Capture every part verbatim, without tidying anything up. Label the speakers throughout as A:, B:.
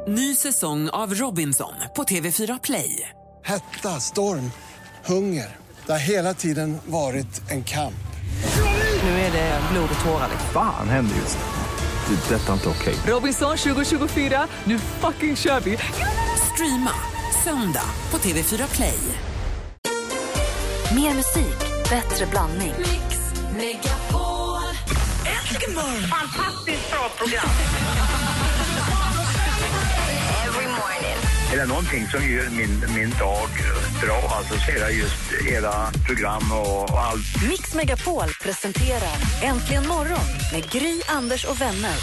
A: Ny säsong av Robinson på T V fyra Play.
B: Hetta, storm, hunger. Det har hela tiden varit en kamp.
A: Nu är det blod och tårar.
C: Fan händer just det. Det är detta inte okej.
A: Robinson tjugo tjugofyra, nu fucking kör vi. Streama söndag på T V fyra Play.
D: Mer musik, bättre blandning.
E: Mix Megapol. Äntligen morgon.
F: Fantastiskt bra program.
E: Every morning.
F: Är det någonting som gör min, min dag bra, alltså så är det just era program och, och allt.
D: Mix Megapol presenterar Äntligen morgon med Gry, Anders och vänner.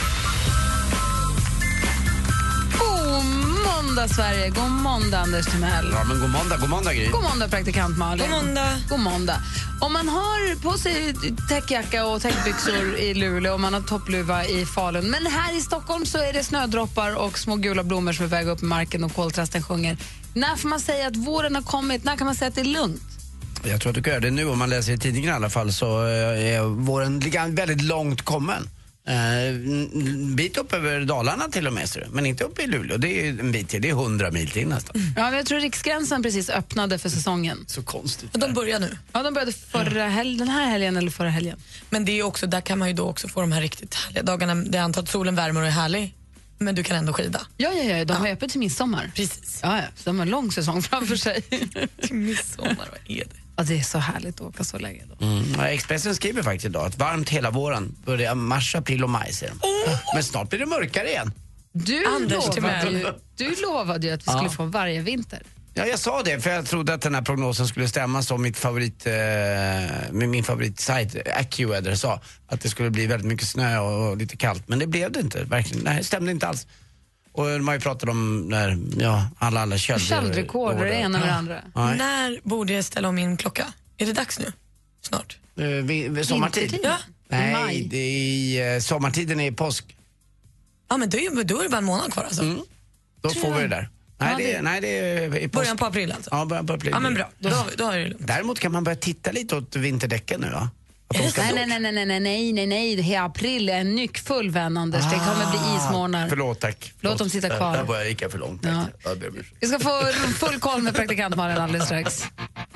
G: God måndag Sverige, god måndag Anders Timell.
H: Ja, men god måndag, god måndag Gry.
G: God måndag praktikant Malin.
E: God måndag.
G: God måndag. Om man har på sig täckjacka och täckbyxor i Luleå och man har toppluva i Falun, men här i Stockholm så är det snödroppar och små gula blommor som är väg upp i marken och koltrasten sjunger. När får man säga att våren har kommit? När kan man säga att det är lugnt?
H: Jag tror att du kan göra det nu. Om man läser i tidningen i alla fall så är våren väldigt långt kommen. En bit upp över Dalarna till och med, men inte upp i Luleå. Det är en bit till, det är hundra mil till nästan.
G: Mm. Ja, men jag tror Riksgränsen precis öppnade för säsongen.
H: Så konstigt.
E: Och de börjar nu.
G: Ja, de började förra helgen, den här helgen eller förra helgen.
E: Men det är också, där kan man ju då också få de här riktigt härliga dagarna. Det är antar att solen värmer och är härlig, men du kan ändå skida.
G: Ja, ja, ja, de har
E: Ja.
G: öppet till midsommar.
E: Precis.
G: Ja, ja, så de har en lång säsong framför sig.
E: Till midsommar, vad är det?
G: Ja, det är så härligt att åka så länge då.
H: Mm. Ja, Expressen skriver faktiskt idag att varmt hela våren börjar mars, april och maj, säger de.
E: Oh!
H: Men snart blir det mörkare igen.
G: Du
E: Anders
G: lovade,
E: Timell.
G: ju, du lovade ju att vi skulle
H: Ja.
G: få varje vinter.
H: Ja, jag sa det för jag trodde att den här prognosen skulle stämma som mitt favorit, eh, med min favoritsajt AccuWeather sa. Att det skulle bli väldigt mycket snö och, och lite kallt. Men det blev det inte, verkligen. Nej, det stämde inte alls. Och de har ju pratat om när, ja, alla, alla köld...
G: Köldrekord och det ena med det andra.
H: Nej.
E: När borde jag ställa om min klocka? Är det dags nu? Snart?
H: Eh, vid, vid sommartid?
G: Vintertid?
E: Ja.
H: Nej,
G: Maj.
H: det är, eh, sommartiden är påsk.
E: Ja, men då är, då är det bara en månad kvar alltså.
H: Mm. Då
G: Tror
H: får
G: jag.
H: vi det där. Nej,
G: Ja,
H: det,
G: det-
H: nej, det är i påsk.
E: Början på april alltså.
H: Ja, början på april.
E: Ja, men bra. Då, har vi- då har vi det lugnt.
H: Däremot kan man börja titta lite åt vinterdäcken nu, va? Att de ska
G: Nej,
H: stå-
G: nej, nej, nej, nej, nej, nej, nej, det är april är en nyckfull vän, Anders. Det kommer bli ismånar.
H: Förlåt, tack.
G: Låt dem sitta kvar.
H: Där börjar jag gick jag för långt. Tack.
G: Ja.
H: Ja, jag ber om ursäkt.
G: Vi ska få full koll med praktikant Malin alldeles strax.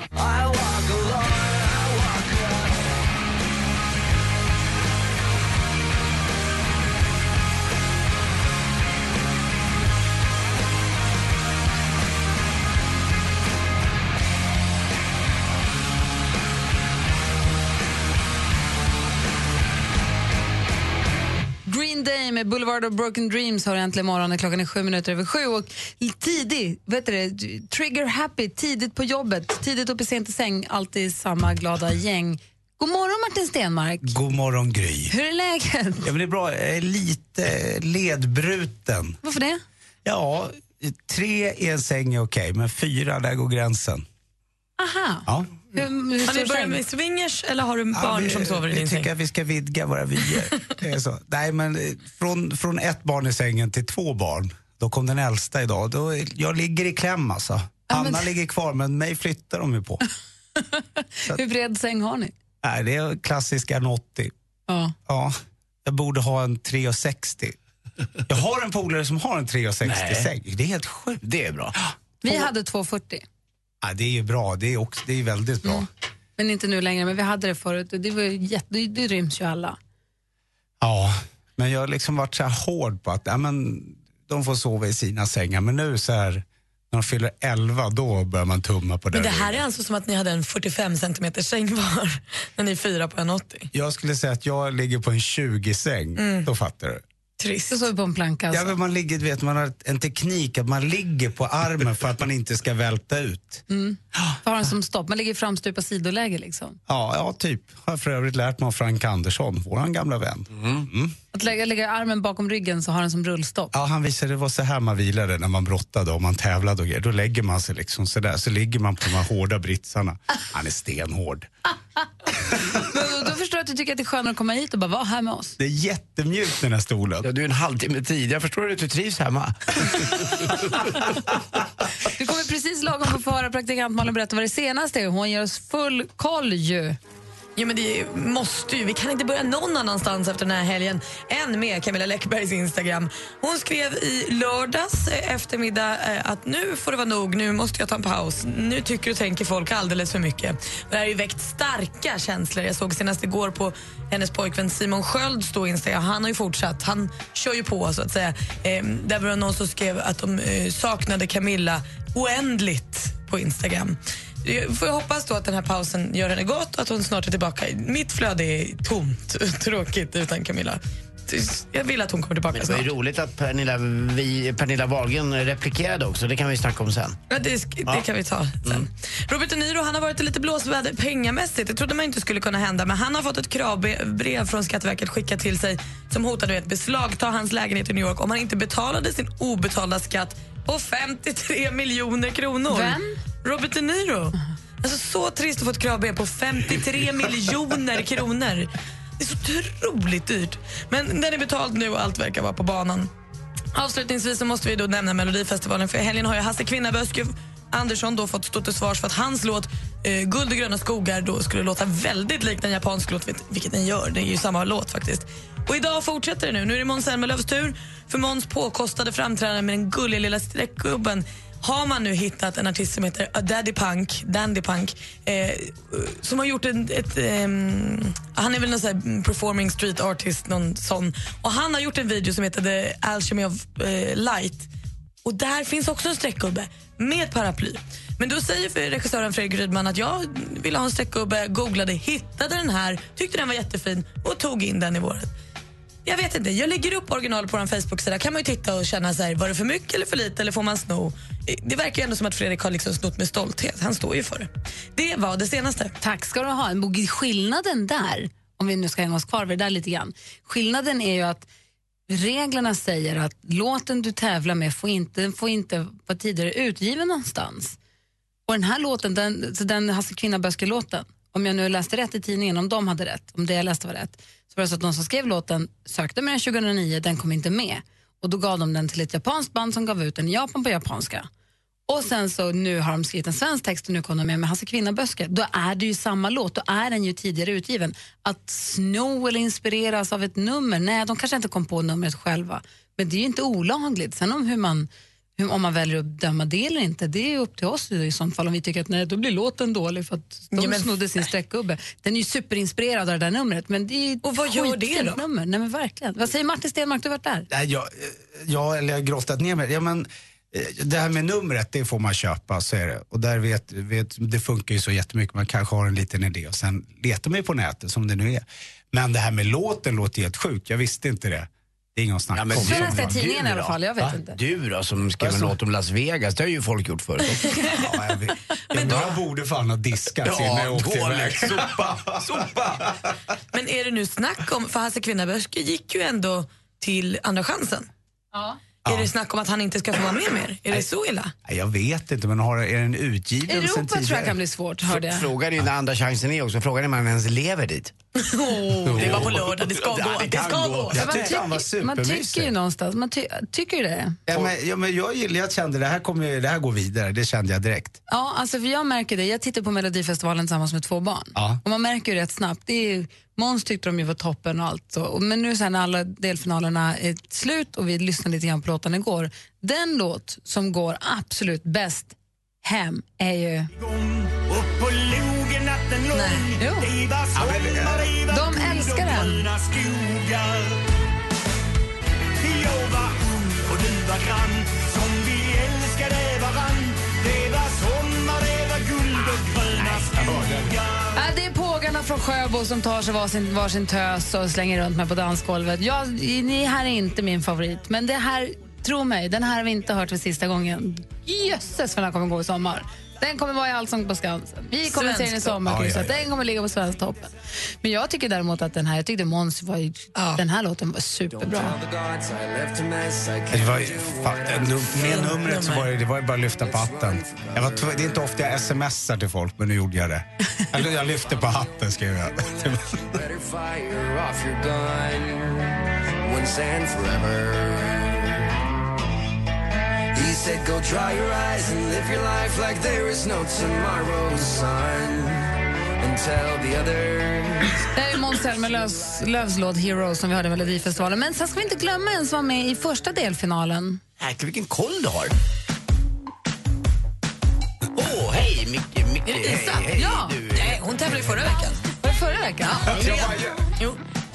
G: Green Day med Boulevard of Broken Dreams har äntligen morgon. Klockan är sju minuter över sju och tidig, vet du det, trigger happy, tidigt på jobbet, tidigt upp i sent i säng, alltid samma glada gäng. God morgon Martin Stenmark.
I: God morgon Gry.
G: Hur är läget?
I: Ja, men det är bra. Jag är lite ledbruten.
G: Varför det?
I: Ja, tre i en säng är okej, men fyra, där går gränsen.
G: Aha.
I: Ja.
G: Hur, hur
E: Har
G: stor
E: ni börjat
G: säng?
E: med swingers eller har du
I: Ja,
E: barn
I: vi,
E: som sover i
I: vi
E: din
I: tycker
E: säng?
I: att vi ska vidga våra vyer. Det är så. Nej, men eh, från, från ett barn i sängen till två barn. Då kom den äldsta idag. Då, jag ligger i kläm alltså.
G: Ja, men-
I: Anna ligger kvar, men mig flyttar de ju på.
G: Hur bred säng har ni?
I: Nej, det är klassisk en åttio.
G: Ja.
I: Ja, jag borde ha en tre sextio. Jag har en polare som har en tre sextio säng. Det är helt sjukt.
H: Det är bra.
G: Vi hade två fyrtio,
I: Ja, det är ju bra. Det är, också, det är väldigt bra.
G: Mm. men inte nu längre. Men vi hade det förut och det, var ju jätte, det, det ryms ju alla.
I: Ja, men jag har liksom varit så här hård på att ja, men, de får sova i sina sängar. Men nu så här, när de fyller elva, då börjar man tumma på det.
E: Men det här är alltså som att ni hade en fyrtiofem centimeter säng var när ni är fyra på en åttio.
I: Jag skulle säga att jag ligger på en
G: Mm.
I: tjugo-säng. Då fattar du.
E: Trist.
G: Så sov vi på en planka alltså.
I: Ja, men man, ligger, du vet, man har en teknik att man ligger på armen för att man inte ska välta ut.
G: Mm. Har den som stopp. Man ligger framstupa sidoläge liksom.
I: Ja, ja, typ. Har jag för övrigt lärt mig av Frank Andersson, våran gamla vän. Mm.
G: Att lägga, lägga armen bakom ryggen så har den som rullstopp.
I: Ja, han visade det var så här man vilade när man brottade och man tävlade och grejer. Då lägger man sig liksom så där, så ligger man på de här hårda britsarna. Han är stenhård.
G: Men då förstår jag att du tycker att det är skönare att komma hit och bara vara här med oss.
I: Det är jättemjukt den här stolen.
H: Ja, du är en halvtimme tid. Jag förstår att du trivs hemma.
G: Du kommer precis lagom att få höra praktikant Malin berätta vad det senaste är. Hon ger oss full koll ju.
E: Jo, men det måste ju. Vi kan inte börja någon annanstans efter den här helgen än med Camilla Läckbergs Instagram. Hon skrev i lördags eftermiddag att nu får det vara nog, nu måste jag ta en paus. Nu tycker och tänker folk alldeles för mycket. Det här har ju väckt starka känslor. Jag såg senast igår på hennes pojkvän Simon Sköld stå i Instagram. Han har ju fortsatt, han kör ju på så att säga. Där var någon som skrev att de saknade Camilla oändligt på Instagram. Får jag hoppas då att den här pausen gör henne gott och att hon snart är tillbaka. Mitt flöde är tomt, tråkigt utan Camilla. Jag vill att hon kommer tillbaka snart.
H: Det var ju roligt att Pernilla, vi, Pernilla Wahlgren replikerade också. Det kan vi snacka om sen.
E: Ja, det, det ja. kan vi ta sen. Mm. Robert De Niro, han har varit lite blåsväder pengamässigt. Det trodde man inte skulle kunna hända. Men han har fått ett kravbrev från Skatteverket skickat till sig som hotade att beslagta hans lägenhet i New York om han inte betalade sin obetalda skatt på femtiotre miljoner kronor.
G: Vem?
E: Robert De Niro. Alltså så trist att få ett kravbrev på femtiotre miljoner kronor. Det är så otroligt dyrt. Men den är betald nu och allt verkar vara på banan. Avslutningsvis så måste vi då nämna Melodifestivalen. För helgen har ju Hasse Kvinnaböske Andersson då fått stå till svars för att hans låt eh, Guld och gröna skogar då skulle låta väldigt likt en japansk låt, vilket den gör. Det är ju samma låt faktiskt. Och idag fortsätter det nu. Nu är det Måns Zelmerlöws tur. För Måns påkostade framträdande med den gulliga lilla streckgubben har man nu hittat en artist som heter A Daddy Punk, Dandy Punk, eh, som har gjort ett, ett eh, han är väl någon sån här performing street artist, någon sån. Och han har gjort en video som heter The Alchemy of eh, Light. Och där finns också en streckgubbe med paraply. Men då säger för regissören Fredrik Rydman att jag ville ha en streckgubbe, googlade, hittade den här, tyckte den var jättefin och tog in den i våret. Jag vet inte, jag lägger upp original på en Facebook-sida. Kan man ju titta och känna så här, var det för mycket eller för lite eller får man sno? Det verkar ju ändå som att Fredrik har liksom snott med stolthet. Han står ju för det. Det var det senaste.
G: Tack ska du ha. En skillnaden där, om vi nu ska hänga oss kvar vid det där lite grann. Skillnaden är ju att reglerna säger att låten du tävlar med får inte, får inte vara tidigare utgiven någonstans. Och den här låten, den, den Hasse Kvinnaböske-låten, om jag nu läste rätt i tidningen, om de hade rätt, om det jag läste var rätt, så var det så att de som skrev låten sökte med den tjugohundranio, den kom inte med. Och då gav de den till ett japanskt band som gav ut den i Japan på japanska. Och sen så nu har de skrivit en svensk text och nu kommer de med med Hasse Kvinnaböske. Då är det ju samma låt, då är den ju tidigare utgiven. Att sno eller inspireras av ett nummer, nej, de kanske inte kom på numret själva. Men det är ju inte olagligt. Sen om hur man... om man väljer att döma det eller inte, det är upp till oss i sånt fall om vi tycker att nej, då blir låten dålig för att de ja, men... snodde sin streckgubbe. Den är ju superinspirerad av det där numret, men det är
E: och vad gör det då?
G: Nummer. Nej men verkligen. Vad säger Martin Stenmark, du har varit där?
I: Nej, jag, jag, eller jag har grottat ner mig. Ja, men, det här med numret, det får man köpa, så är det. Och där vet, vet, det funkar ju så jättemycket, man kanske har en liten idé och sen letar man ju på nätet som det nu är. Men det här med låten låter helt sjukt, jag visste inte det. Det är ingen snack.
G: Ja, men du läste i tidningen i alla fall, jag vet Va? inte.
H: Du då som skrev en låt om Las Vegas, det har ju folk gjort förut.
I: Ja, jag vet. Men då... Jag borde fan ha diskat
H: ja,
I: när jag åkte iväg.
H: Sopa, sopa.
E: Men är det nu snack om, för Hasse Kvinnaböske gick ju ändå till Andra chansen. Ja. Är ja. det snack om att han inte ska få vara med mer? Är det så illa?
I: Jag vet inte, men har, är det en utgiven
G: Europa
I: sen
G: tror jag kan bli svårt, hörde jag.
H: Frågan är ju när Andra chansen är också. Frågan är om man ens lever dit.
E: Oh, det var på lördag, det ska gå. Det, det ska gå. gå.
I: Jag tycker han var supermysig.
G: Man tycker ju någonstans, man ty tycker ju det.
I: Ja, men, ja, men jag, jag kände det här, kommer, det här går vidare, det kände jag direkt.
G: Ja, alltså för jag märker det. Jag tittar på Melodifestivalen tillsammans med två barn. Ja. Och man märker ju rätt snabbt. Det är ju, Måns tyckte de ju var toppen och allt. Så. Men nu sen när alla delfinalerna är slut och vi lyssnade lite grann på låten igår. Den låt som går absolut bäst hem är ju... Nej, jo. De älskar den. Ja, det är pågarna från Sjöbo som tar sig varsin, varsin tös och slänger runt mig på dansgolvet. Jag, ni här är inte min favorit, men det här, tro mig, den här har vi inte hört för sista gången. Jösses för den kommer gå i sommar. Den kommer vara i Allsång på Skansen. Vi kommer se den i sommar, ja, ja, ja. Den kommer ligga på Svensktoppen. Men jag tycker däremot att den här, jag tyckte Måns var ju, ja. den här låten var superbra.
I: Det var ju, fan, med numret så var det, det var ju bara att lyfta på hatten. Jag var, det är inte ofta jag smsar till folk, men nu gjorde jag det. Jag, jag lyfte på hatten, skrev jag. He said, go dry your eyes and live your life like there is no tomorrow sun.
H: don't tell the others.
G: Det är Måns Zelmerlöws Lövs, Lövs låt Heroes som vi hörde i Melodifestivalen. Men sen ska vi inte glömma ens vara med i första delfinalen.
H: Jäklar, vilken koll du har. Åh, oh, hej Micke, Micke, hej,
E: Isa?
H: hej.
E: Ja.
H: Du.
E: Nej, hon tävlade förra veckan.
G: Var det förra veckan?
E: Ja,
H: Jag bara,
E: jo.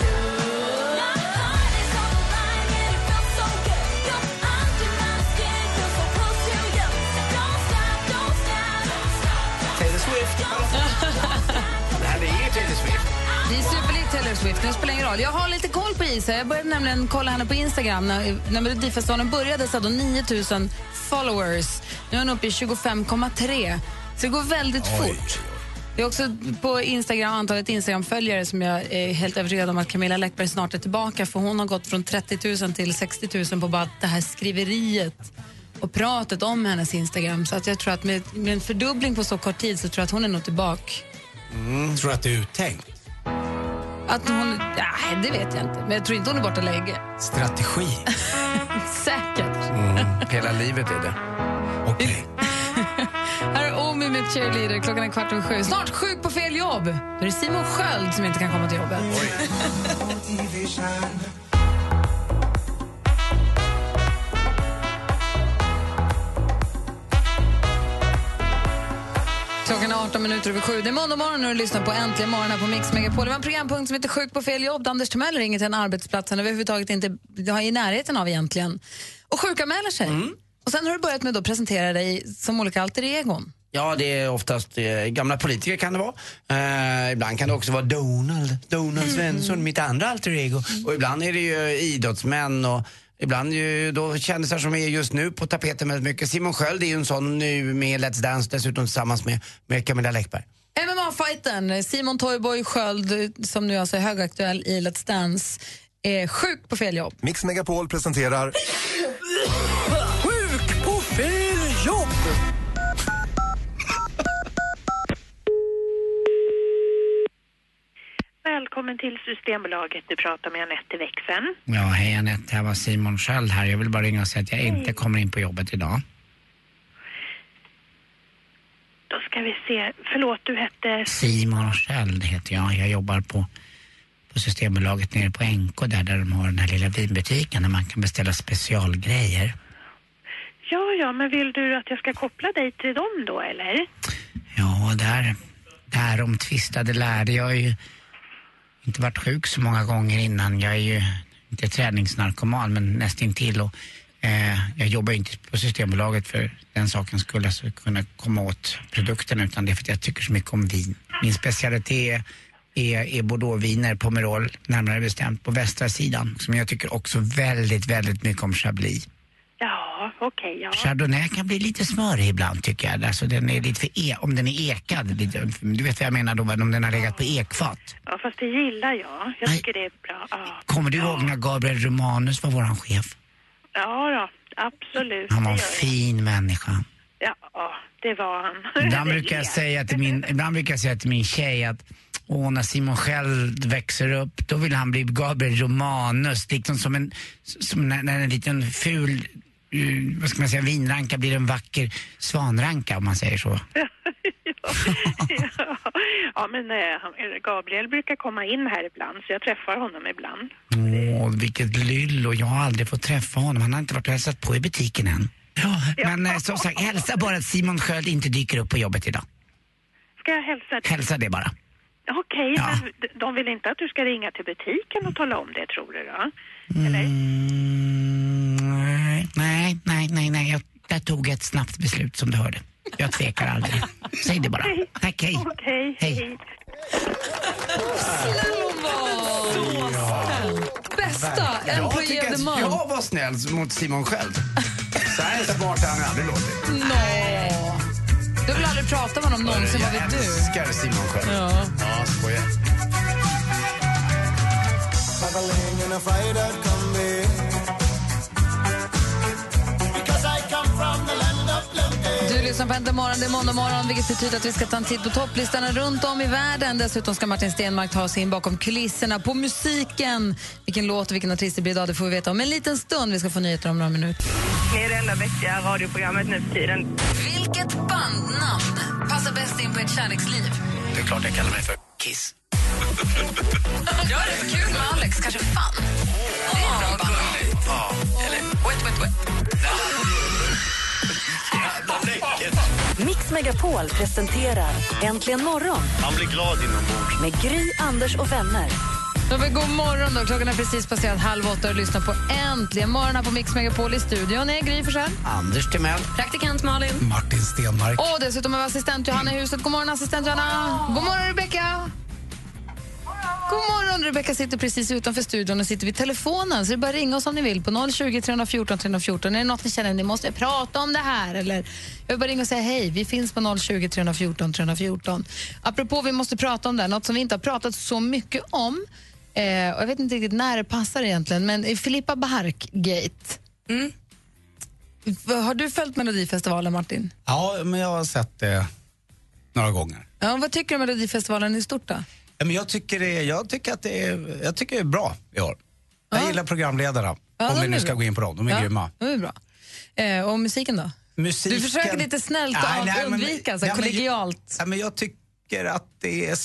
H: Taylor Swift. Det här är ju Taylor Swift.
G: Det är superlikt Taylor Swift, det spelar ingen roll. Jag har lite koll på Isa. Jag började nämligen kolla henne på Instagram. När, när Melodifestivalen började så hade hon nio tusen followers. Nu är hon uppe i tjugofem komma tre. Så det går väldigt Oj. fort. Det är också på Instagram, antalet Instagram-följare som jag är helt övertygad om att Camilla Läckberg snart är tillbaka. För hon har gått från trettio tusen till sextio tusen på bara det här skriveriet och pratet om hennes Instagram. Så att jag tror att med, med en fördubbling på så kort tid så tror jag att hon är nog tillbaka.
I: Mm. Tror du att det är uttänkt?
G: Att hon, ja, det vet jag inte. Men jag tror inte hon är borta länge.
I: Strategi.
G: Säkert.
H: Mm. Hela livet är det.
I: Okej. Okay.
G: Här är Omi med Cheerleader. Klockan är kvart över sju. Snart sjuk på fel jobb. Då är det Simon Sköld som inte kan komma till jobbet. Klockan är arton minuter över sju. Det är måndag morgon och du lyssnar på Äntligen morgon här på Mix Megapol. Det var en programpunkt som heter Sjuk på fel jobb. Anders Timell ringer till en arbetsplats han överhuvudtaget inte har i närheten av egentligen. Och sjukanmäler sig. Mm. Och sen har du börjat med att presentera dig som olika alter egon.
H: Ja, det är oftast eh, gamla politiker kan det vara. Eh, ibland kan det också vara Donald, Donald Svensson, mm. mitt andra alter ego. Mm. Och ibland är det ju idrottsmän och ibland ju då kändisar som är just nu på tapeten väldigt mycket. Simon Sköld är ju en sån nu med Let's Dance dessutom tillsammans med, med Camilla Läckberg.
G: M M A-fighten, Simon Toyboy Sköld som nu alltså är högaktuell i Let's Dance, är sjuk på fel jobb.
J: Mix Megapol presenterar
A: Sjuk på fel jobb!
K: Välkommen till Systembolaget. Du pratar med Anette i växeln.
L: Ja, hej Anette. Här var Simon Sköld här. Jag vill bara ringa och säga att jag hej. inte kommer in på jobbet idag.
K: Då ska vi se. Förlåt, du hette...
L: Simon Sköld heter jag. Jag jobbar på, på Systembolaget nere på N K där, där de har den här lilla vinbutiken där man kan beställa specialgrejer.
K: Ja, ja, men vill du att jag ska koppla dig till dem då, eller?
L: Ja, där, där om tvistade lärde jag ju inte varit sjuk så många gånger innan. Jag är ju inte träningsnarkoman men nästintill och eh, jag jobbar inte på Systembolaget för den saken skulle alltså kunna komma åt produkten utan det är för att jag tycker så mycket om vin. Min specialitet är, är Bordeaux-viner, Pomerol, närmare bestämt på västra sidan som jag tycker också väldigt, väldigt mycket om Chablis.
K: Ja, okej, okay, ja.
L: Chardonnay kan bli lite smörig ibland tycker jag. Alltså den är lite för e- om den är ekad. Lite, du vet vad jag menar då, om den har legat på ekfat.
K: Ja, fast det gillar jag. Jag tycker Nej. det är bra. Ja.
L: Kommer du ihåg när Gabriel Romanus var våran chef?
K: Ja, då, absolut.
L: Han var en fin jag. människa.
K: Ja, det var han.
L: Ibland brukar jag säga till min, ibland brukar jag säga till min tjej att åh, när Simon själv växer upp då vill han bli Gabriel Romanus. Liksom som en, som när, när en liten ful Uh, vad ska man säga, vinranka blir en vacker svanranka om man säger så.
K: ja, ja. ja, men äh, Gabriel brukar komma in här ibland så jag träffar honom ibland.
L: Åh, vilket lyll och jag har aldrig fått träffa honom. Han har inte varit och hälsat på i butiken än. Ja, ja. Men äh, som sagt, hälsa bara att Simon Sköld inte dyker upp på jobbet idag.
K: Ska jag hälsa det?
L: Hälsa det bara.
K: Okej, okay, ja. Men de vill inte att du ska ringa till butiken och tala om det, tror du då? Eller?
L: Mm, nej, nej, nej, nej. Jag, jag tog ett snabbt beslut som du hörde. Jag tvekar aldrig. Säg det bara.
K: Okay.
L: Tack, hej.
K: Okej, okay, hej. hej.
G: Snäll hon var! Så snäll. Bästa employee of the month.
H: Jag var snäll mot Simon Sköld. Så här smart har han aldrig låtit.
G: Nej. Du vill aldrig prata med honom någonsin, vad vet du?
H: Jag älskar Simon Sköld.
G: Ja.
H: Ja, skojar.
G: Du lyssnar på Äntligen morgon, det är måndag morgon, vilket betyder att vi ska ta en titt på topplistorna runt om i världen. Dessutom ska Martin Stenmark ta sig in bakom kulisserna på musiken. Vilken låt och vilken artist det blir idag, det får vi veta om en liten stund. Vi ska få nyheter om några minuter.
K: Det är det enda vettiga radioprogrammet nu för tiden.
G: Vilket bandnamn passar bäst in på ett kärleksliv?
H: det är klart jag kallar mig för Kiss.
G: Gör det kul med Alex, kanske fan. Det är bra band.
H: Ja.
E: Eller wet, wet, wet.
D: Mix Megapol presenterar Äntligen morgon.
J: Man blir glad inombords.
D: Med Gry, Anders och vänner.
G: Då vi god morgon då. Klockan är precis passerat halv åtta och lyssnar på Äntligen morgon här på Mix Megapol i studion. Är Gry Forssell.
H: Anders Timell.
E: Praktikant Malin.
I: Martin Stenmark.
G: Och dessutom är assistent Johanna i huset. God morgon assistent Johanna. God morgon Rebecka. God morgon, Rebecka sitter precis utanför studion och sitter vid telefonen. Så det är bara ringa oss om ni vill på noll tjugo, tre fjorton, tre fjorton. Är det något ni känner ni måste prata om det här? Eller jag vill bara ringa och säga hej. Vi finns på noll tjugo, tre fjorton, tre fjorton. Apropå vi måste prata om det här, något som vi inte har pratat så mycket om. Eh, och jag vet inte riktigt när det passar egentligen, men Filippa Bark-gate.
E: Mm.
G: Har du följt Melodifestivalen, Martin?
I: Ja, men jag har sett det några gånger.
G: Ja, vad tycker du om Melodifestivalen i stort då?
I: Men jag tycker, det, jag tycker att det är, jag tycker det är bra i år. Jag
G: Ja.
I: gillar programledarna,
G: Ja,
I: om
G: de
I: vi nu
G: är
I: ska
G: bra.
I: gå in på dem. De är
G: Ja,
I: grymma.
G: de är bra. Eh, och musiken då?
I: Musiken...
G: Du försöker lite snällt
I: Nej,
G: att
I: nej, men-
G: undvika, så
I: nej, men-
G: kollegialt.
I: Ja, men jag tycker att det är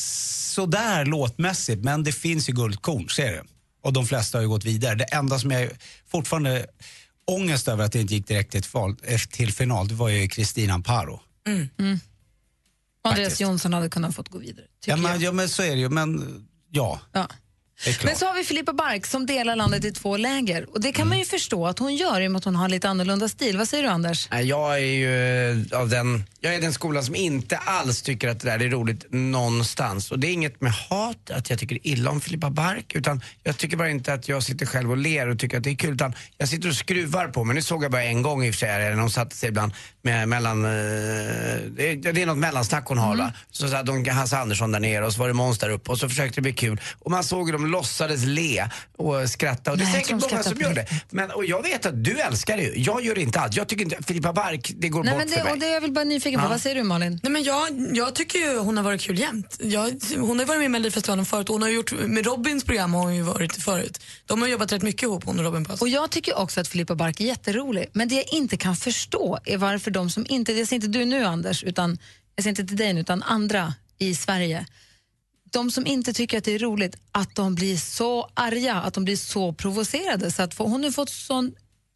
I: sådär låtmässigt, men det finns ju guldkorn, ser det. Och de flesta har ju gått vidare. Det enda som jag fortfarande ångest över att det inte gick direkt till, val, till final, det var ju Kristina Amparo.
E: Mm.
G: Mm. Andreas
I: Faktiskt.
G: Jonsson hade kunnat fått gå vidare.
I: Ja
G: jag.
I: men, ja, men så är det ju, men ja.
G: Ja.
I: Det är klart.
G: Men så har vi Filippa Bark som delar landet i två läger. Och det kan man ju förstå att hon gör i och med att hon har lite annorlunda stil. Vad säger du, Anders?
H: Nej, jag är ju av den, jag är den skolan som inte alls tycker att det där är roligt någonstans. Och det är inget med hat, att jag tycker illa om Filippa Bark, utan jag tycker bara inte att jag sitter själv och ler och tycker att det är kul, utan jag sitter och skruvar på mig. Nu såg jag bara en gång i och för sig, när hon satte sig ibland med, mellan, eh, det, är, det är något mellansnack hon har, va? Så satt hon Hasse Andersson där nere och så var det Måns där uppe och så försökte det bli kul. Och man såg hur de låtsades le och skratta, och det är
G: Nej, jag
H: säkert
G: tror de
H: många
G: skrattar
H: som
G: på
H: gör det. Men, och jag vet att du älskar det ju. Jag gör det inte alls. Jag tycker inte, Filippa Bark, det går
G: Nej,
H: bort
G: men det,
H: för mig.
G: och det är jag vill bara nyfiken på.
H: Ja.
G: Vad säger du, Malin?
E: Nej, men jag, jag tycker ju hon har varit kul jämt. Jag, hon har varit med i Melodifestivalen förut och hon har gjort, med Robins program har hon ju varit förut. De har jobbat rätt mycket ihop, hon och Robin Pass.
G: Och jag tycker också att Filippa Bark är jätterolig. Men det jag inte kan förstå är varför de som inte, jag säger inte du nu Anders, utan jag säger inte till dig nu, utan andra i Sverige. De som inte tycker att det är roligt, att de blir så arga, att de blir så provocerade. Så att få, hon har fått sån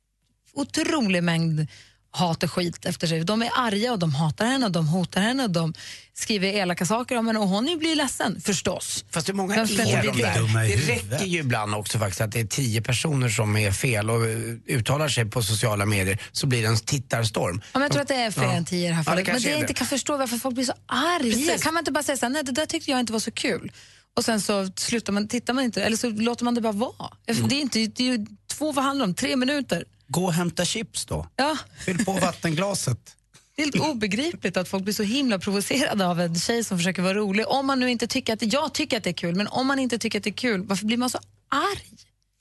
G: otrolig mängd hat och skit efter sig. De är arga och de hatar henne och de hotar henne och de skriver elaka saker om henne och hon blir ledsen, förstås.
H: Fast det är många
G: Vem ska inte
H: är
G: bli
H: de
G: det?
H: där.
I: Dumma i
H: Det
I: huvudet.
H: räcker ju ibland också faktiskt att det är tio personer som är fel och eh, uttalar sig på sociala medier, så blir det en tittarstorm.
G: Ja, men jag tror att det är fler
H: Ja.
G: än tio i det här
H: Ja,
G: fallet.
H: det
G: men
H: kanske
G: det
H: är
G: jag
H: det.
G: inte kan förstå varför folk blir så arga.
E: Precis.
G: Kan man inte bara säga så här, nej det där tyckte jag inte var så kul. Och sen så slutar man, tittar man inte, eller så låter man det bara vara.
H: Mm.
G: Det är inte, det är ju två, vad handlar det om? Tre minuter.
I: Gå och hämta chips då.
G: Ja,
I: Fyll på vattenglaset.
G: det är helt obegripligt att folk blir så himla provocerade av en tjej som försöker vara rolig. Om man nu inte tycker att, jag tycker att det är kul, men om man inte tycker att det är kul, varför blir man så arg?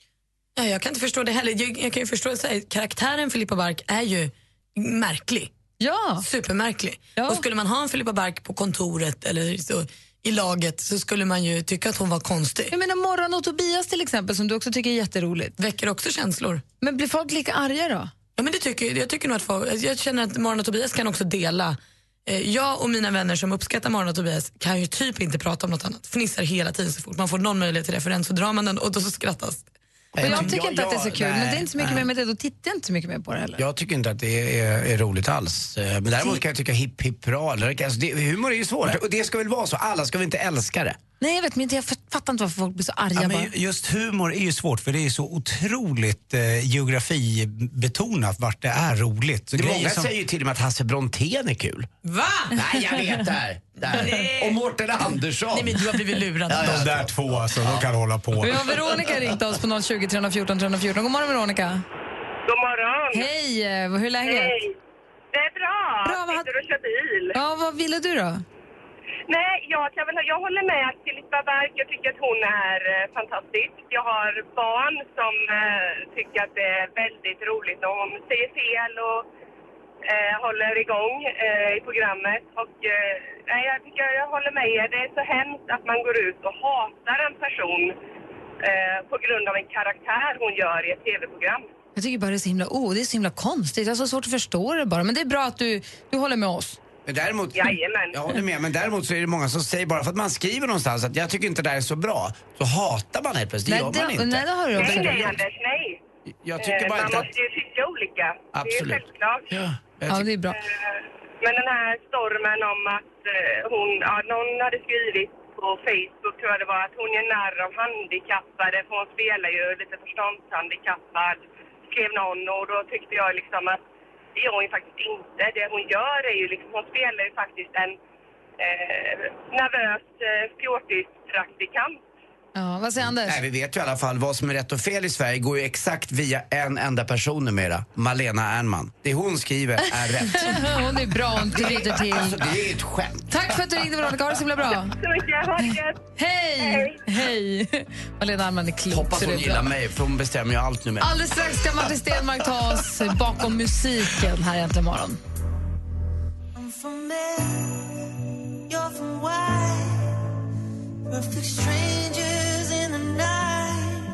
E: Ja, jag kan inte förstå det heller. Jag, jag kan ju förstå att säga, karaktären Filippa Bark är ju märklig.
G: Ja.
E: Supermärklig.
G: Ja.
E: Och skulle man ha en Filippa Bark på kontoret eller så, i laget, så skulle man ju tycka att hon var konstig.
G: Jag menar Morran och Tobias till exempel, som du också tycker är jätteroligt.
E: Väcker också känslor.
G: Men blir folk lika arga då?
E: Ja, men det tycker, jag tycker nog att folk, jag känner att Morgon och Tobias kan också dela. Eh, jag och mina vänner som uppskattar Morgon och Tobias kan ju typ inte prata om något annat. Fnissar hela tiden så fort man får någon möjlighet till referens så drar man den och då så skrattas.
G: Och jag tycker
H: Ja,
G: inte att det är så
H: ja,
G: kul,
H: nej,
G: men det är inte så mycket
H: nej.
G: mer med det. Då tittar jag inte så mycket mer på det heller.
H: Jag tycker inte att det är, är roligt alls. Eh, Men däremot kan jag tycka hipp hipp hurra. Alltså det, humor är ju svårt. Och det ska väl vara så. Alla ska väl inte älska det.
G: Nej, jag vet, men jag fattar inte varför folk blir så arga
I: Ja,
G: bara.
I: men just humor är ju svårt för det är så otroligt eh, geografibetonat vart det är roligt. Så
H: Det
I: grejer
H: många
I: som-
H: säger ju till och med att Hasse Brontén är kul.
E: Va?
H: Nej, jag vet där. där. Och Mårten Andersson.
E: Nej, men du har blivit lurad.
H: Ja, ja.
I: De där två alltså, de kan hålla på.
G: Vi har Veronica ringt oss på noll tjugo, tre fjorton, tre fjorton. God morgon Veronica.
K: God morgon.
G: Hej, eh, hur är läget?
K: Hej. Det är bra.
G: Bra, vad-
K: Sitter och kör bil.
G: Ja, vad ville du då?
K: Nej, jag, kan väl, jag håller med Filippa Bark. Jag tycker att hon är eh, fantastisk. Jag har barn som eh, tycker att det är väldigt roligt när hon säger fel och eh, håller igång eh, i programmet. Och eh, nej, jag tycker jag håller med er. Det är så hemskt att man går ut och hatar en person eh, på grund av en karaktär hon gör i ett tv-program.
G: Jag tycker bara det är så himla, oh, det är så himla konstigt. Jag har så svårt att förstå det bara. Men det är bra att du, du håller med oss.
H: Men däremot,
K: Jajamän.
H: jag håller med, men däremot så är det många som säger bara för att man skriver någonstans att jag tycker inte det där är så bra, så hatar man helt plötsligt.
G: Nej,
H: det gör man
G: det,
H: inte.
G: nej, det har du
K: Nej,
G: också.
K: nej, Anders, nej.
H: Jag tycker
K: Eh,
H: bara
K: man
H: inte
K: måste ju tycka olika.
H: Absolut.
K: Det är självklart.
H: Ja,
G: Ja, det är bra.
K: Eh, Men den här stormen om att eh, hon, ja, någon hade skrivit på Facebook, tror jag det var, att hon är narr av handikappade, för hon spelar ju lite förståndshandikappad, skrev någon, och då tyckte jag liksom att det gör hon ju faktiskt inte. Det hon gör är ju liksom, hon spelar ju faktiskt en eh, nervös eh, fjortispraktikant.
G: Ja, vad säger Anders?
H: Nej, vi vet ju i alla fall vad som är rätt och fel i Sverige går ju exakt via en enda person numera, Malena Ernman. Det hon skriver är rätt.
G: Hon är bra, hon knyter till.
H: Alltså, det är ett skämt.
G: Tack för att du ringde, Veronica. Ha det så himla bra.
K: Så mycket, ha det gött.
G: Hej! Hej! Malena Ernman är klok.
H: Hoppas
G: så det
H: hon
G: är
H: gillar
G: bra.
H: mig, för hon bestämmer ju allt nu med.
G: Alldeles strax ska Martin Stenmark ta oss bakom musiken här äntligen morgon.
J: Perfect strangers in the night.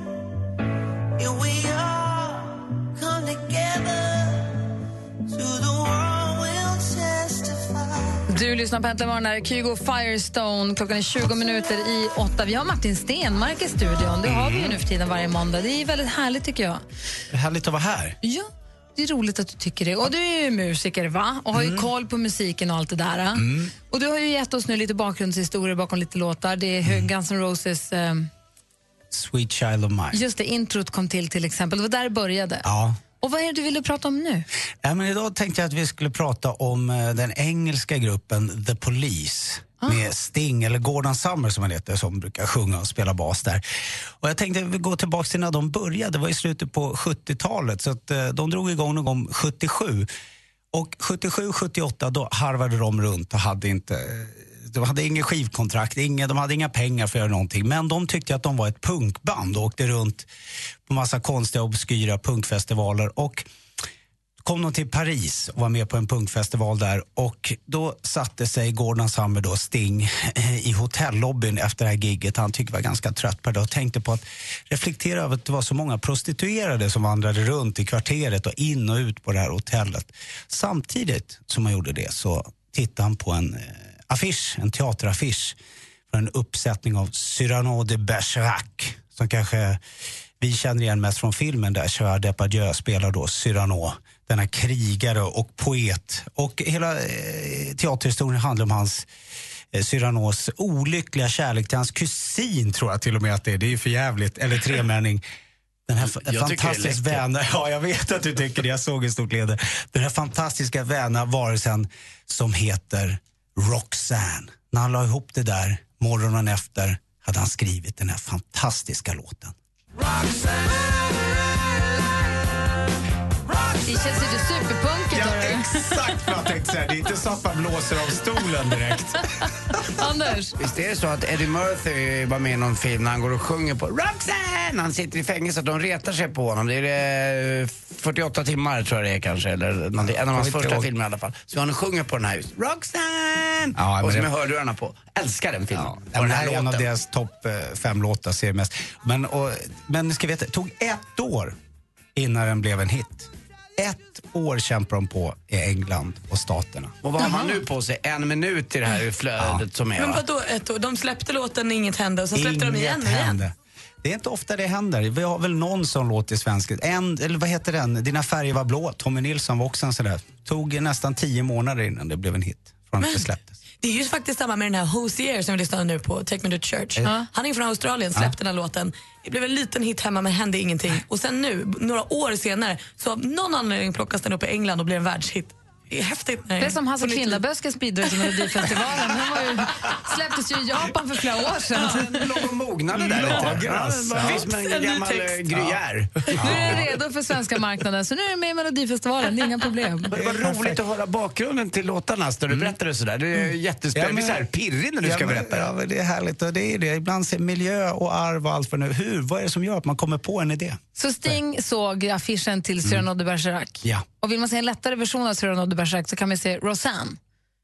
J: Here we are, come together. To the world will testify.
G: Du lyssnar på Äntligen morgon, här Kygo Firestone. Klockan är tjugo minuter i åtta. Vi har Martin Stenmark i studion. Det har vi ju nu för tiden varje måndag. Det är väldigt härligt, tycker jag.
I: Det är härligt att vara här.
G: Ja, det är roligt att du tycker det. Och du är ju musiker, va? Och har ju
I: Mm.
G: koll på musiken och allt det där.
I: Mm.
G: Och du har ju gett oss nu lite bakgrundshistorier bakom lite låtar. Det är hur Guns N' Roses... Um,
I: Sweet Child of Mine.
G: just det, introt kom till till exempel. Det var där det började.
I: Ja.
G: Och vad är det du ville prata om nu?
I: Ja, men idag tänkte jag att vi skulle prata om eh, den engelska gruppen The Police. Med Sting, eller Gordon Summer som han heter, som brukar sjunga och spela bas där. Och jag tänkte att vi går tillbaka till när de började. Det var i slutet på sjuttiotalet, så att eh, de drog igång någon gång sjuttiosju. Och sjuttiosju sjuttioåtta då harvade de runt och hade inte... De hade ingen skivkontrakt, inga, de hade inga pengar för att göra någonting. Men de tyckte att de var ett punkband och åkte runt på massa konstiga, obskyra punkfestivaler. Och kom de till Paris och var med på en punkfestival där. Och då satte sig Gordon Summer, då, Sting, i hotellobbyn efter det här gigget. Han tyckte var ganska trött på det och tänkte på att reflektera över att det var så många prostituerade som vandrade runt i kvarteret och in och ut på det här hotellet. Samtidigt som han gjorde det så tittade han på en... affisch, en teateraffisch för en uppsättning av Cyrano de Bergerac, som kanske vi känner igen mest från filmen där Gerard Depardieu spelar då Cyrano, denna krigare och poet. Och hela eh, teaterhistorien handlar om hans eh, Cyranos olyckliga kärlek till hans kusin, tror jag till och med att det är. Det är ju för jävligt, eller tremänning. Den här
H: Jag
I: fantastiskt väna, ja jag vet att du tycker det, jag såg i stort leder. Den här fantastiska väna varelsen som heter Roxanne. När han la ihop det där morgonen efter hade han skrivit den här fantastiska låten.
G: Det känns ju superpunkigt.
I: Ja, exakt vad jag tänkte säga. Det är inte så att man blåser av stolen direkt.
G: Anders?
H: Visst är det så att Eddie Murphy var med i någon film när han går och sjunger på Roxanne? Han sitter i fängelse och de retar sig på honom. Det är eh, fyrtioåtta timmar tror jag det är kanske. Eller någonting. En av hans första
I: ihåg.
H: filmer i alla fall. Så han sjunger på den här just Roxanne!
I: Ja, men
H: och som
I: det-
H: jag hörde hörna på. Älskar den filmen.
I: Ja,
H: Och
I: det
H: den
I: här är en av
H: låten.
I: deras topp eh, fem låtar ser jag mest. Men, och, men ni ska veta, det tog ett år innan den blev en hit. Ett år kämpar de på i England och staterna.
H: Och vad har man nu på sig? En minut i det här flödet som är,
E: Men
H: va?
E: vadå ett år? De släppte låten Inget hände och så släppte de igen och igen.
I: hände. Det är inte ofta det händer. Vi har väl någon som låter svensk. En, eller vad heter den? Dina färger var blå. Tommy Nilsson var också en sådär. Tog nästan tio månader innan det blev en hit. Från
E: Men-
I: det släpptes.
E: Det är ju faktiskt samma med den här Hosier som vi lyssnade nu på, Take Me to Church.
I: Ja.
E: Han är från Australien, släppte den här låten. Det blev en liten hit hemma men hände ingenting. Och sen nu, några år senare, så av någon anledning plockas den upp i England och blir en världshit. Det är häftigt.
G: Det är som Hasse Kvindaböskes bidrag till Melodifestivalen. Han var ju, släpptes ju i Japan för flera år sedan.
H: Låg och mognade där lite.
I: Lagras.
H: Ja, det var som en
E: En ny
H: gammal
E: text.
H: eh, gruyère.
G: Nu är det redo för svenska marknaden, så nu är det med i Melodifestivalen. Det är inga problem.
H: Det var roligt att höra bakgrunden till låtarna när du berättade sådär. Det är jättespännande.
I: Ja,
H: Det
I: men-
H: är så här pirrig när du
I: Ja,
H: ska
I: men-
H: berätta.
I: Ja, men det är härligt och det är det. Ibland ser miljö och arv och allt för nu. Hur? Vad är det som gör att man kommer på en idé?
G: Så Sting såg affischen till Cyrano de Bergerac.
I: Ja.
G: Och vill man se en lättare version av Cyrano de Bergerac så kan man se Roxanne.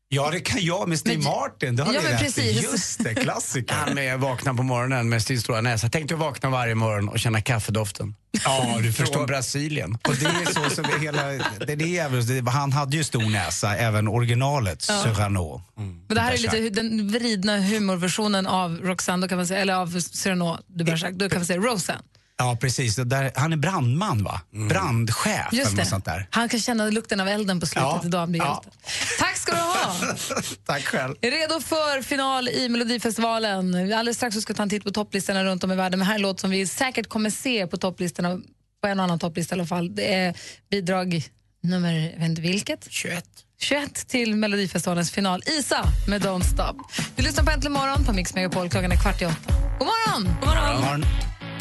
I: Ja, det kan jag med Steve men, Martin. Det har
G: ja,
I: vi
G: men
I: rätt.
G: precis.
I: Just det, klassiker.
H: Han med vakna på morgonen med sin stora näsa. Jag tänkte att vakna varje morgon och känna kaffedoften.
I: Ja, du förstår.
H: Från Brasilien.
I: Och det är så som det hela... Det, det är, det, han hade ju stor näsa, även originalet, ja. Cyrano.
G: Mm. Men det här är lite den vridna humorversionen av Roxanne, då kan man säga, eller av Cyrano de Bergerac, då kan man säga Roseanne.
I: Ja, precis. Där, han är brandman, va? Mm. Brandchef.
G: Just det.
I: Eller sånt där.
G: Han kan känna lukten av elden på slutet ja. idag. Blir ja. Tack ska du ha!
I: Tack själv.
G: Redo för final i Melodifestivalen. Alldeles strax så ska vi ta en titt på topplistorna runt om i världen. Men här är en låt som vi säkert kommer se på topplistorna, på en annan topplista i alla fall. Det är bidrag nummer, jag vet inte vilket.
H: tjugoett.
G: tjugoett till Melodifestivalens final. Isa med Don't Stop. Vi lyssnar på Äntligen morgon på Mix Megapol. Klockan är kvart i åtta. God morgon! God morgon! God morgon.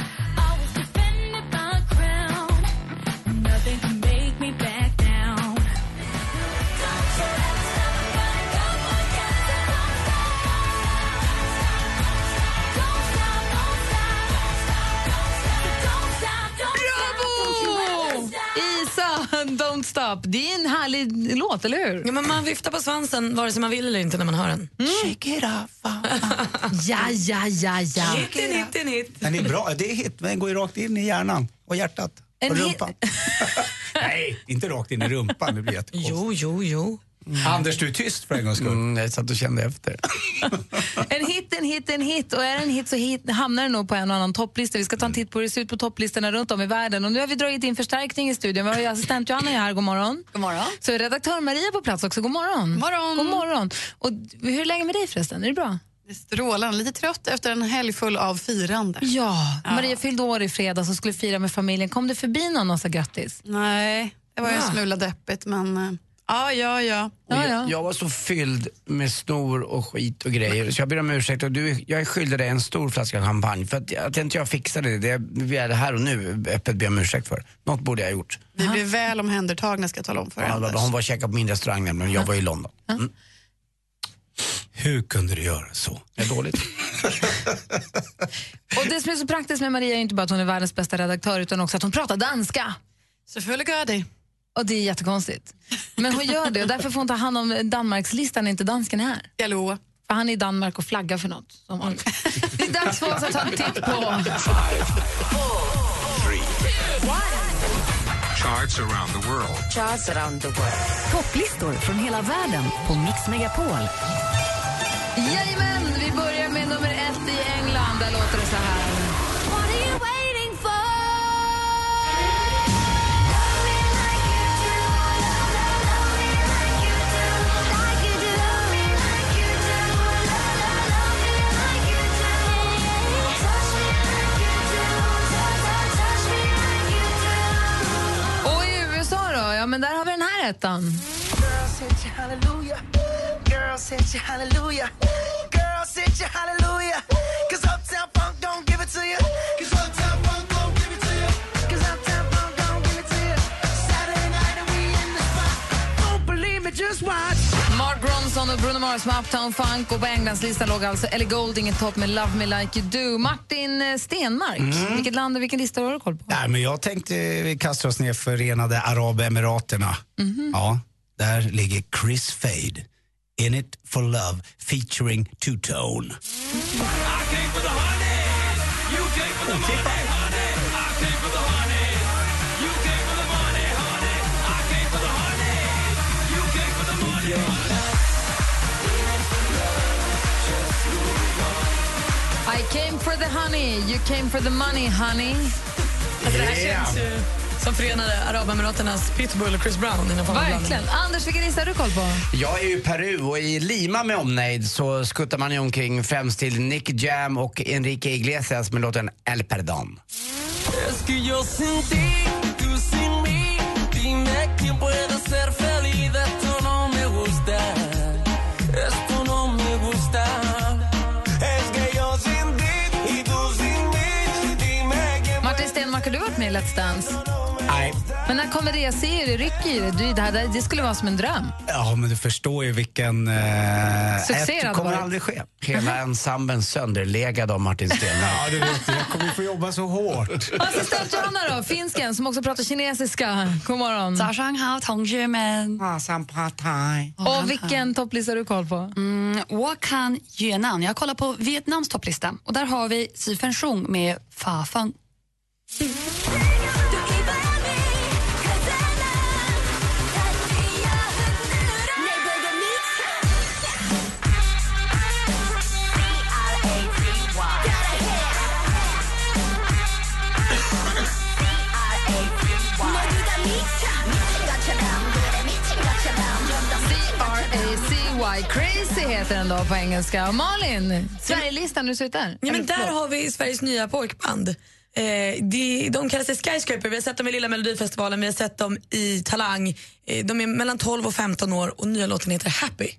G: Don't Stop. Det är en härlig låt, eller hur?
E: Ja, men man viftar på svansen vare sig man vill eller inte när man hör den.
G: Mm.
I: Shake it off.
G: ja, ja, ja, ja.
E: Hit, hit, hit, hit.
I: Den är bra. Det är hit, men den går ju rakt in i hjärnan och hjärtat och
G: en
I: rumpan. Nej, inte rakt in i rumpan. Det blir jättekonstigt.
E: Jo, jo, jo.
I: Mm. Anders, du är tyst för en gångs skull.
H: Mm, jag satt och kände efter.
G: En hit, en hit, en hit. Och är det en hit så hit, hamnar det nog på en och annan topplista. Vi ska ta en titt på hur det ser ut på topplistorna runt om i världen. Och nu har vi dragit in förstärkning i studion. Vi har ju assistent Johanna här. God morgon.
M: God morgon.
G: Så är redaktör Maria på plats också. God morgon.
M: God morgon.
G: God morgon. Och hur är läget med dig förresten? Är det bra?
M: Det är strålande. Lite trött efter en helg full av firande.
G: Ja,
M: ja.
G: Maria fyllde år i fredags och skulle fira med familjen. Kom det förbi någon och sa grattis?
M: Nej, det var ju en smula deppigt, men... Ja, ja, ja.
H: ja, ja. Jag, jag var så fylld med snor och skit och grejer så jag ber om ursäkt och du, jag är skyldig dig en stor flaska champagne för att, att inte jag fixade det. Det vi är det här och nu öppet ber om ursäkt för. Något borde jag ha gjort.
M: Vi blev väl omhändertagna, ska jag tala om för
H: ja, hon var käka på min restaurang men jag var i London. Mm.
I: Hur kunde du göra så?
H: Det är dåligt.
G: Och det som är så praktiskt med Maria är inte bara att hon är världens bästa redaktör utan också att hon pratar danska.
M: Selvfølgelig gör det.
G: Och det är jättekonstigt. Men hon gör det och därför får hon ta hand om Danmarkslistan när inte dansken är här.
M: Jag lovar.
G: För han är i Danmark och flaggar för något. Som det är dags för oss att ta en titt på...
N: Five, four, three, Charts around the world.
D: Charts around the world. Topplistor från hela världen på Mix Megapol.
G: Jajamän, vi börjar med nummer ett i England. Där låter det så här. What are you waiting for? Och i U S A då? Ja, men där har vi den här ettan.
J: Girls hit you hallelujah. Girls hit you hallelujah. Girls hit you hallelujah. 'Cause Uptown Funk don't give it to you. 'Cause Uptown Funk don't give it to you. 'Cause Uptown Funk don't give it to you. Saturday night and we in the spot. Don't believe me, just watch.
G: Mark Ronson och Bruno Mars med Uptown Funk och på Englandslistan låg alltså Ellie Goulding i topp med Love Me Like You Do. Martin Stenmark, mm. vilket land och vilken lista har du koll på?
I: Nej, men jag tänkte vi kastar oss ner för Förenade Arabemiraterna.
G: Mm-hmm.
I: Ja, där ligger Chris Fade. In It For Love featuring Two-Tone.
G: I came for the honey, you came for the money, honey.
E: Alltså, det här känns ju som Förenade Arabemiraternas Pitbull och Chris Brown.
G: Verkligen. Anders, vilken lista har du koll på?
H: Jag är ju i Peru och i Lima med omnejd så skuttar man ju omkring främst till Nicky Jam och Enrique Iglesias med låten El Perdón.
G: Martin Stenmark, har du varit med i Let's Dance?
I: Nej.
G: Men när kommer det? Jag ser det, rycker i det. Du, det, här, det skulle vara som en dröm.
I: Ja, men du förstår ju vilken... Eh,
G: Succé
I: det
H: kommer
G: varit.
H: aldrig ske. Hela ensemblen sönderlegad av Martin Stenmarck.
I: Ja, du vet, jag kommer få jobba så hårt.
G: Assistent Johanna då, finsken som också pratar kinesiska. God morgon. Och vilken topplista har du koll på?
M: Mm, Wakan Yunan. Jag kollar på Vietnams topplista. Och där har vi Si Fen Shung med Fa Feng.
G: Crazy heter den då på engelska. Och Malin, Sverigelistan, du ser ut där.
E: Ja, men där har vi Sveriges nya pojkband. Eh, de, de kallas Skyscraper. Vi har sett dem i Lilla Melodifestivalen, vi har sett dem i Talang. Eh, de är mellan tolv och femton år och nya låten heter Happy.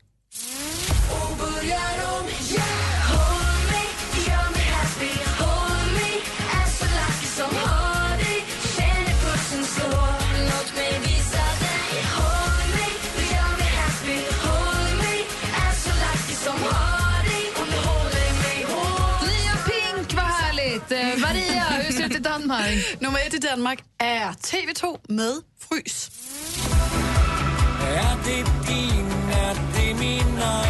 G: Maria, hur ser det ut i Danmark?
M: Nummer ett i Danmark är T V två med Frys.
J: Är det din, är det mina?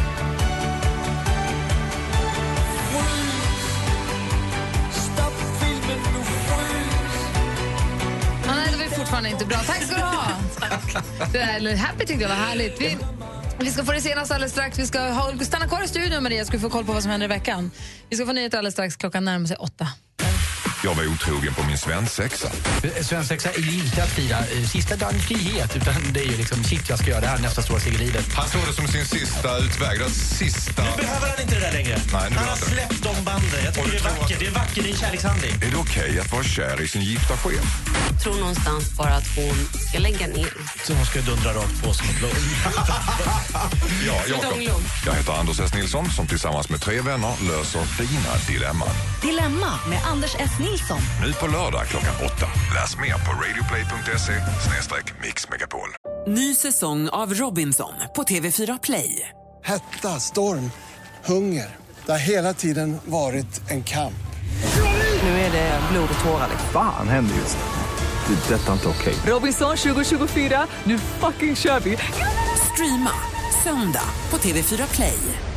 J: Stopp filmen, du frys.
G: Nej, det var fortfarande inte bra. Tack ska du ha. Det där Happy tyckte jag var härligt. Vi, vi ska få det senast alldeles strax. Vi ska ha, stanna kvar i studion, Maria, ska vi få koll på vad som händer i veckan. Vi ska få nyheter alldeles strax, klockan närmar sig åtta.
N: Jag var otrogen på min svensexa.
O: Svensexa är ju inte att fira sista dagen i frihet, utan det är ju liksom shit, jag ska göra det här nästa stora steg i livet.
N: Han såg det som sin sista utväg, den sista...
O: Nu behöver han inte det där längre.
N: Nej, nu
O: han har släppt de banden. Jag tycker det är vackert. Det är vackert, det är en kärlekshandling.
N: Är det okej okay att vara kär i sin gifta chef?
P: Jag tror någonstans bara att hon ska lägga ner.
O: Så hon ska dundra rakt på som ett blå.
N: Ja, Jakob. Jag heter Anders S. Nilsson som tillsammans med tre vänner löser dina dilemman.
D: Dilemma med Anders S. Nilsson.
N: Nu på lördag klockan åtta. Läs mer på radioplay punkt se snedstreck mixmegapol.
A: Ny säsong av Robinson på T V fyra Play.
B: Hetta, storm, hunger. Det har hela tiden varit en kamp.
A: Nu är det blod och tårar.
C: Fan händer just det. Det är detta inte okej.
A: Robinson tjugo tjugofyra, nu fucking kör vi. Streama söndag på T V fyra Play.